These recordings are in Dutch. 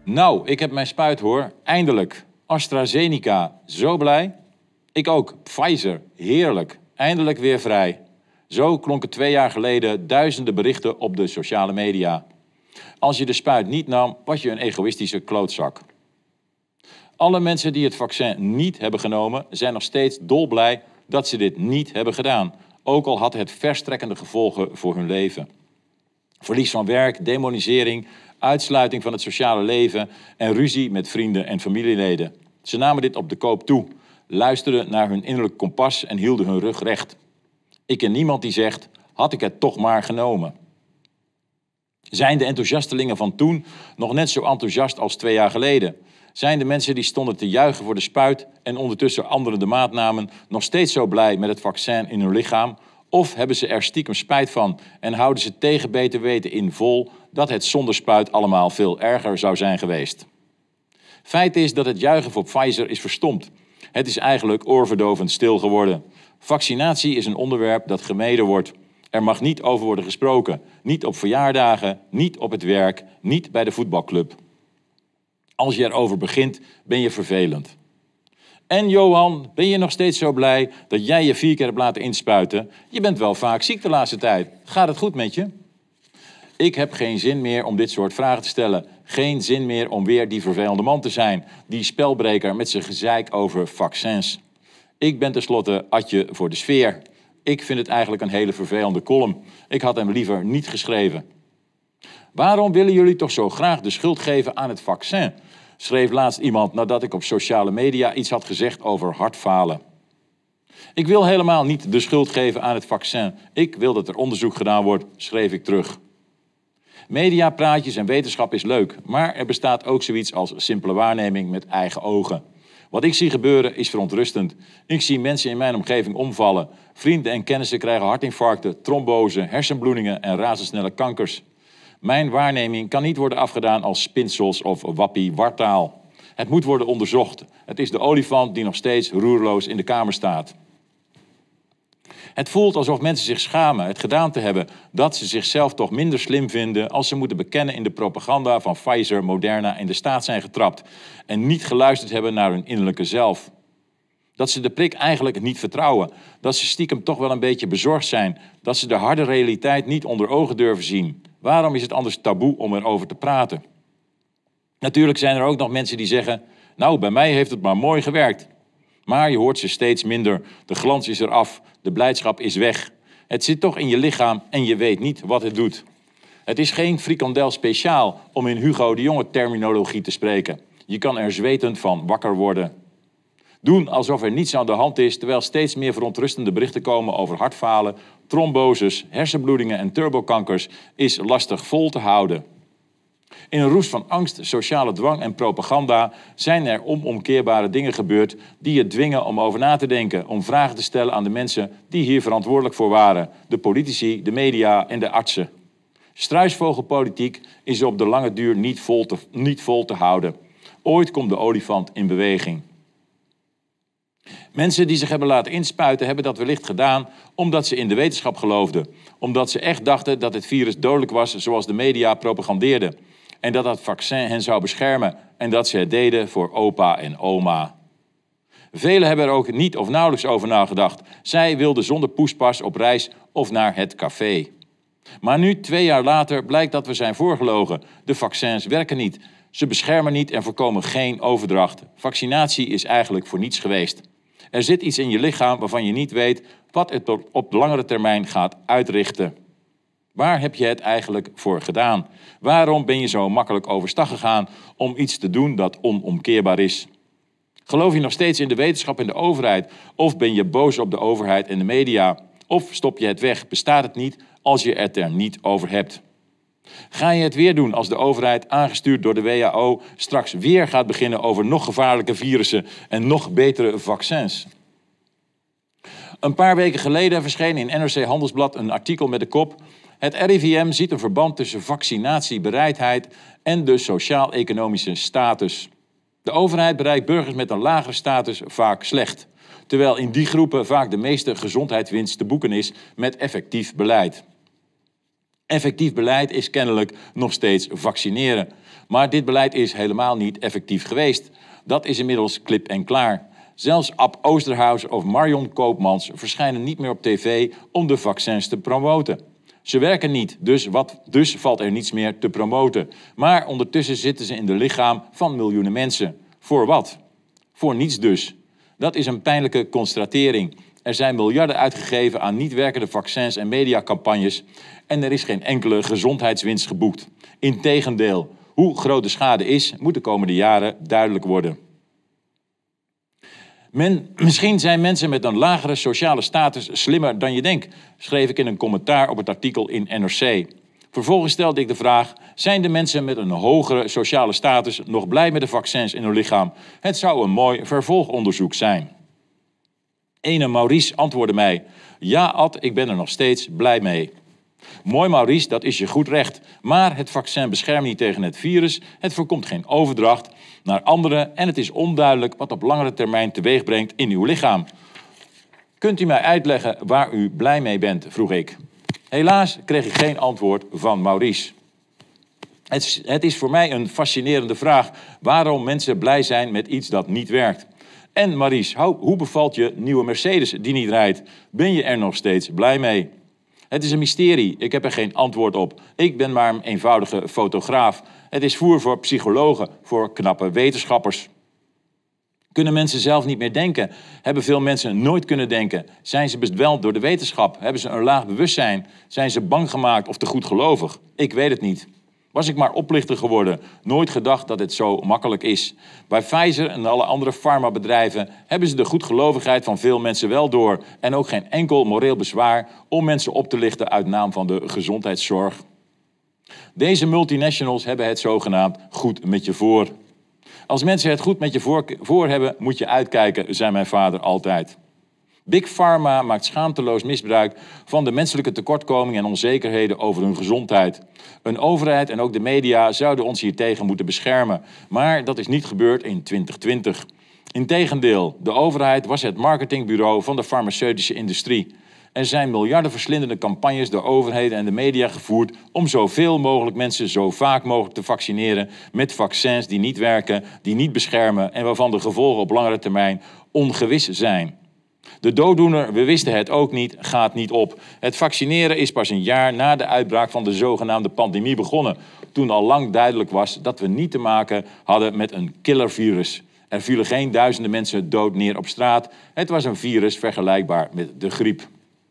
Nou, ik heb mijn spuit hoor. Eindelijk. AstraZeneca, zo blij. Ik ook. Pfizer, heerlijk. Eindelijk weer vrij. Zo klonken 2 jaar geleden duizenden berichten op de sociale media. Als je de spuit niet nam, was je een egoïstische klootzak. Alle mensen die het vaccin niet hebben genomen, zijn nog steeds dolblij dat ze dit niet hebben gedaan. Ook al had het verstrekkende gevolgen voor hun leven. Verlies van werk, demonisering, uitsluiting van het sociale leven en ruzie met vrienden en familieleden. Ze namen dit op de koop toe, luisterden naar hun innerlijk kompas en hielden hun rug recht. Ik ken niemand die zegt, had ik het toch maar genomen. Zijn de enthousiastelingen van toen nog net zo enthousiast als 2 jaar geleden? Zijn de mensen die stonden te juichen voor de spuit en ondertussen anderen de maat namen nog steeds zo blij met het vaccin in hun lichaam? Of hebben ze er stiekem spijt van en houden ze tegen beter weten in vol dat het zonder spuit allemaal veel erger zou zijn geweest? Feit is dat het juichen voor Pfizer is verstomd. Het is eigenlijk oorverdovend stil geworden. Vaccinatie is een onderwerp dat gemeden wordt. Er mag niet over worden gesproken. Niet op verjaardagen, niet op het werk, niet bij de voetbalclub. Als je erover begint, ben je vervelend. En Johan, ben je nog steeds zo blij dat jij je 4 keer hebt laten inspuiten? Je bent wel vaak ziek de laatste tijd. Gaat het goed met je? Ik heb geen zin meer om dit soort vragen te stellen. Geen zin meer om weer die vervelende man te zijn. Die spelbreker met zijn gezeik over vaccins. Ik ben tenslotte Atje voor de sfeer. Ik vind het eigenlijk een hele vervelende column. Ik had hem liever niet geschreven. Waarom willen jullie toch zo graag de schuld geven aan het vaccin? Schreef laatst iemand nadat ik op sociale media iets had gezegd over hartfalen. Ik wil helemaal niet de schuld geven aan het vaccin. Ik wil dat er onderzoek gedaan wordt, schreef ik terug. Mediapraatjes en wetenschap is leuk, maar er bestaat ook zoiets als simpele waarneming met eigen ogen. Wat ik zie gebeuren is verontrustend. Ik zie mensen in mijn omgeving omvallen. Vrienden en kennissen krijgen hartinfarcten, trombose, hersenbloedingen en razendsnelle kankers. Mijn waarneming kan niet worden afgedaan als spinsels of wappie-wartaal. Het moet worden onderzocht. Het is de olifant die nog steeds roerloos in de kamer staat. Het voelt alsof mensen zich schamen het gedaan te hebben, dat ze zichzelf toch minder slim vinden als ze moeten bekennen in de propaganda van Pfizer, Moderna in de staat zijn getrapt en niet geluisterd hebben naar hun innerlijke zelf. Dat ze de prik eigenlijk niet vertrouwen, dat ze stiekem toch wel een beetje bezorgd zijn, dat ze de harde realiteit niet onder ogen durven zien. Waarom is het anders taboe om erover te praten? Natuurlijk zijn er ook nog mensen die zeggen, nou, bij mij heeft het maar mooi gewerkt. Maar je hoort ze steeds minder, de glans is eraf, de blijdschap is weg. Het zit toch in je lichaam en je weet niet wat het doet. Het is geen frikandel speciaal om in Hugo de Jonge terminologie te spreken. Je kan er zwetend van wakker worden. Doen alsof er niets aan de hand is, terwijl steeds meer verontrustende berichten komen over hartfalen, tromboses, hersenbloedingen en turbokankers, is lastig vol te houden. In een roes van angst, sociale dwang en propaganda zijn er onomkeerbare dingen gebeurd die je dwingen om over na te denken, om vragen te stellen aan de mensen die hier verantwoordelijk voor waren, de politici, de media en de artsen. Struisvogelpolitiek is op de lange duur niet vol te houden. Ooit komt de olifant in beweging. Mensen die zich hebben laten inspuiten hebben dat wellicht gedaan omdat ze in de wetenschap geloofden. Omdat ze echt dachten dat het virus dodelijk was zoals de media propagandeerden. En dat dat vaccin hen zou beschermen en dat ze het deden voor opa en oma. Velen hebben er ook niet of nauwelijks over nagedacht. Zij wilden zonder poespas op reis of naar het café. Maar nu, 2 jaar later, blijkt dat we zijn voorgelogen. De vaccins werken niet. Ze beschermen niet en voorkomen geen overdracht. Vaccinatie is eigenlijk voor niets geweest. Er zit iets in je lichaam waarvan je niet weet wat het op de langere termijn gaat uitrichten. Waar heb je het eigenlijk voor gedaan? Waarom ben je zo makkelijk overstag gegaan om iets te doen dat onomkeerbaar is? Geloof je nog steeds in de wetenschap en de overheid? Of ben je boos op de overheid en de media? Of stop je het weg? Bestaat het niet als je het er niet over hebt? Ga je het weer doen als de overheid, aangestuurd door de WHO, straks weer gaat beginnen over nog gevaarlijke virussen en nog betere vaccins? Een paar weken geleden verscheen in NRC Handelsblad een artikel met de kop: het RIVM ziet een verband tussen vaccinatiebereidheid en de sociaal-economische status. De overheid bereikt burgers met een lagere status vaak slecht, terwijl in die groepen vaak de meeste gezondheidswinst te boeken is met effectief beleid. Effectief beleid is kennelijk nog steeds vaccineren. Maar dit beleid is helemaal niet effectief geweest. Dat is inmiddels klip en klaar. Zelfs Ab Oosterhuis of Marion Koopmans verschijnen niet meer op tv om de vaccins te promoten. Ze werken niet, dus valt er niets meer te promoten. Maar ondertussen zitten ze in de lichaam van miljoenen mensen. Voor wat? Voor niets dus. Dat is een pijnlijke constatering. Er zijn miljarden uitgegeven aan niet werkende vaccins en mediacampagnes en er is geen enkele gezondheidswinst geboekt. Integendeel, hoe groot de schade is, moet de komende jaren duidelijk worden. Misschien zijn mensen met een lagere sociale status slimmer dan je denkt, schreef ik in een commentaar op het artikel in NRC. Vervolgens stelde ik de vraag, zijn de mensen met een hogere sociale status nog blij met de vaccins in hun lichaam? Het zou een mooi vervolgonderzoek zijn. Ene Maurice antwoordde mij, ja Ad, ik ben er nog steeds blij mee. Mooi Maurice, dat is je goed recht. Maar het vaccin beschermt niet tegen het virus, het voorkomt geen overdracht naar anderen en het is onduidelijk wat op langere termijn teweeg brengt in uw lichaam. Kunt u mij uitleggen waar u blij mee bent, vroeg ik. Helaas kreeg ik geen antwoord van Maurice. Het is voor mij een fascinerende vraag waarom mensen blij zijn met iets dat niet werkt. En Maurice, hoe bevalt je nieuwe Mercedes die niet rijdt? Ben je er nog steeds blij mee? Het is een mysterie, ik heb er geen antwoord op. Ik ben maar een eenvoudige fotograaf. Het is voer voor psychologen, voor knappe wetenschappers. Kunnen mensen zelf niet meer denken? Hebben veel mensen nooit kunnen denken? Zijn ze bedwelmd door de wetenschap? Hebben ze een laag bewustzijn? Zijn ze bang gemaakt of te goedgelovig? Ik weet het niet. Was ik maar oplichter geworden, nooit gedacht dat het zo makkelijk is. Bij Pfizer en alle andere farmabedrijven hebben ze de goedgelovigheid van veel mensen wel door en ook geen enkel moreel bezwaar om mensen op te lichten uit naam van de gezondheidszorg. Deze multinationals hebben het zogenaamd goed met je voor. Als mensen het goed met je voor hebben, moet je uitkijken, zei mijn vader altijd. Big Pharma maakt schaamteloos misbruik van de menselijke tekortkomingen en onzekerheden over hun gezondheid. Een overheid en ook de media zouden ons hiertegen moeten beschermen. Maar dat is niet gebeurd in 2020. Integendeel, de overheid was het marketingbureau van de farmaceutische industrie. Er zijn miljardenverslindende campagnes door overheden en de media gevoerd om zoveel mogelijk mensen zo vaak mogelijk te vaccineren met vaccins die niet werken, die niet beschermen en waarvan de gevolgen op langere termijn ongewis zijn. De dooddoener, we wisten het ook niet, gaat niet op. Het vaccineren is pas een jaar na de uitbraak van de zogenaamde pandemie begonnen. Toen al lang duidelijk was dat we niet te maken hadden met een killervirus. Er vielen geen duizenden mensen dood neer op straat. Het was een virus vergelijkbaar met de griep.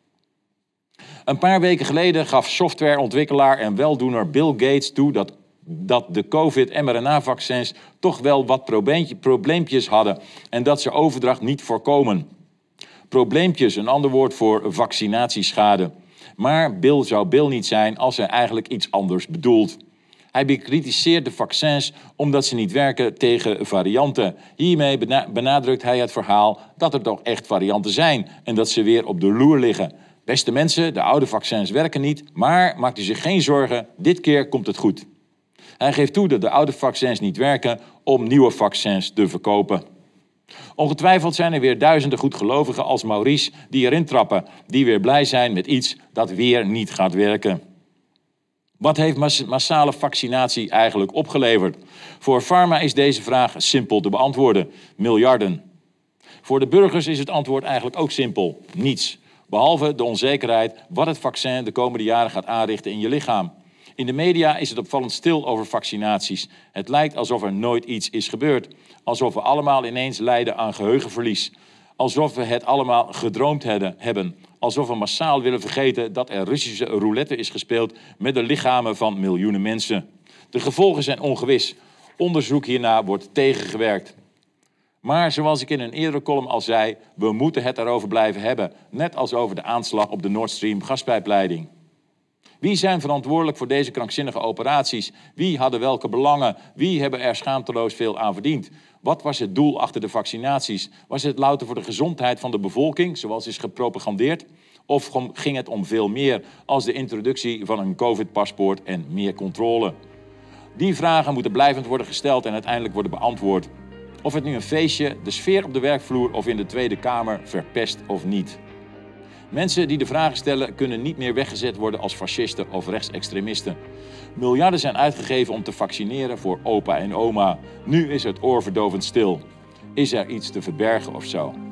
Een paar weken geleden gaf softwareontwikkelaar en weldoener Bill Gates toe dat de COVID-mRNA-vaccins toch wel wat probleempjes hadden en dat ze overdracht niet voorkomen. Probleempjes, een ander woord voor vaccinatieschade. Maar Bill zou Bill niet zijn als hij eigenlijk iets anders bedoelt. Hij bekritiseert de vaccins omdat ze niet werken tegen varianten. Hiermee benadrukt hij het verhaal dat er toch echt varianten zijn en dat ze weer op de loer liggen. Beste mensen, de oude vaccins werken niet, maar maakt u zich geen zorgen, dit keer komt het goed. Hij geeft toe dat de oude vaccins niet werken om nieuwe vaccins te verkopen. Ongetwijfeld zijn er weer duizenden goedgelovigen als Maurice die erin trappen, die weer blij zijn met iets dat weer niet gaat werken. Wat heeft massale vaccinatie eigenlijk opgeleverd? Voor pharma is deze vraag simpel te beantwoorden. Miljarden. Voor de burgers is het antwoord eigenlijk ook simpel. Niets. Behalve de onzekerheid wat het vaccin de komende jaren gaat aanrichten in je lichaam. In de media is het opvallend stil over vaccinaties. Het lijkt alsof er nooit iets is gebeurd. Alsof we allemaal ineens lijden aan geheugenverlies. Alsof we het allemaal gedroomd hebben. Alsof we massaal willen vergeten dat er Russische roulette is gespeeld met de lichamen van miljoenen mensen. De gevolgen zijn ongewis. Onderzoek hierna wordt tegengewerkt. Maar zoals ik in een eerdere column al zei, we moeten het erover blijven hebben. Net als over de aanslag op de Nord Stream gaspijpleiding. Wie zijn verantwoordelijk voor deze krankzinnige operaties? Wie hadden welke belangen? Wie hebben er schaamteloos veel aan verdiend? Wat was het doel achter de vaccinaties? Was het louter voor de gezondheid van de bevolking, zoals is gepropagandeerd? Of ging het om veel meer, als de introductie van een COVID-paspoort en meer controle? Die vragen moeten blijvend worden gesteld en uiteindelijk worden beantwoord. Of het nu een feestje, de sfeer op de werkvloer of in de Tweede Kamer verpest of niet. Mensen die de vragen stellen kunnen niet meer weggezet worden als fascisten of rechtsextremisten. Miljarden zijn uitgegeven om te vaccineren voor opa en oma. Nu is het oorverdovend stil. Is er iets te verbergen of zo?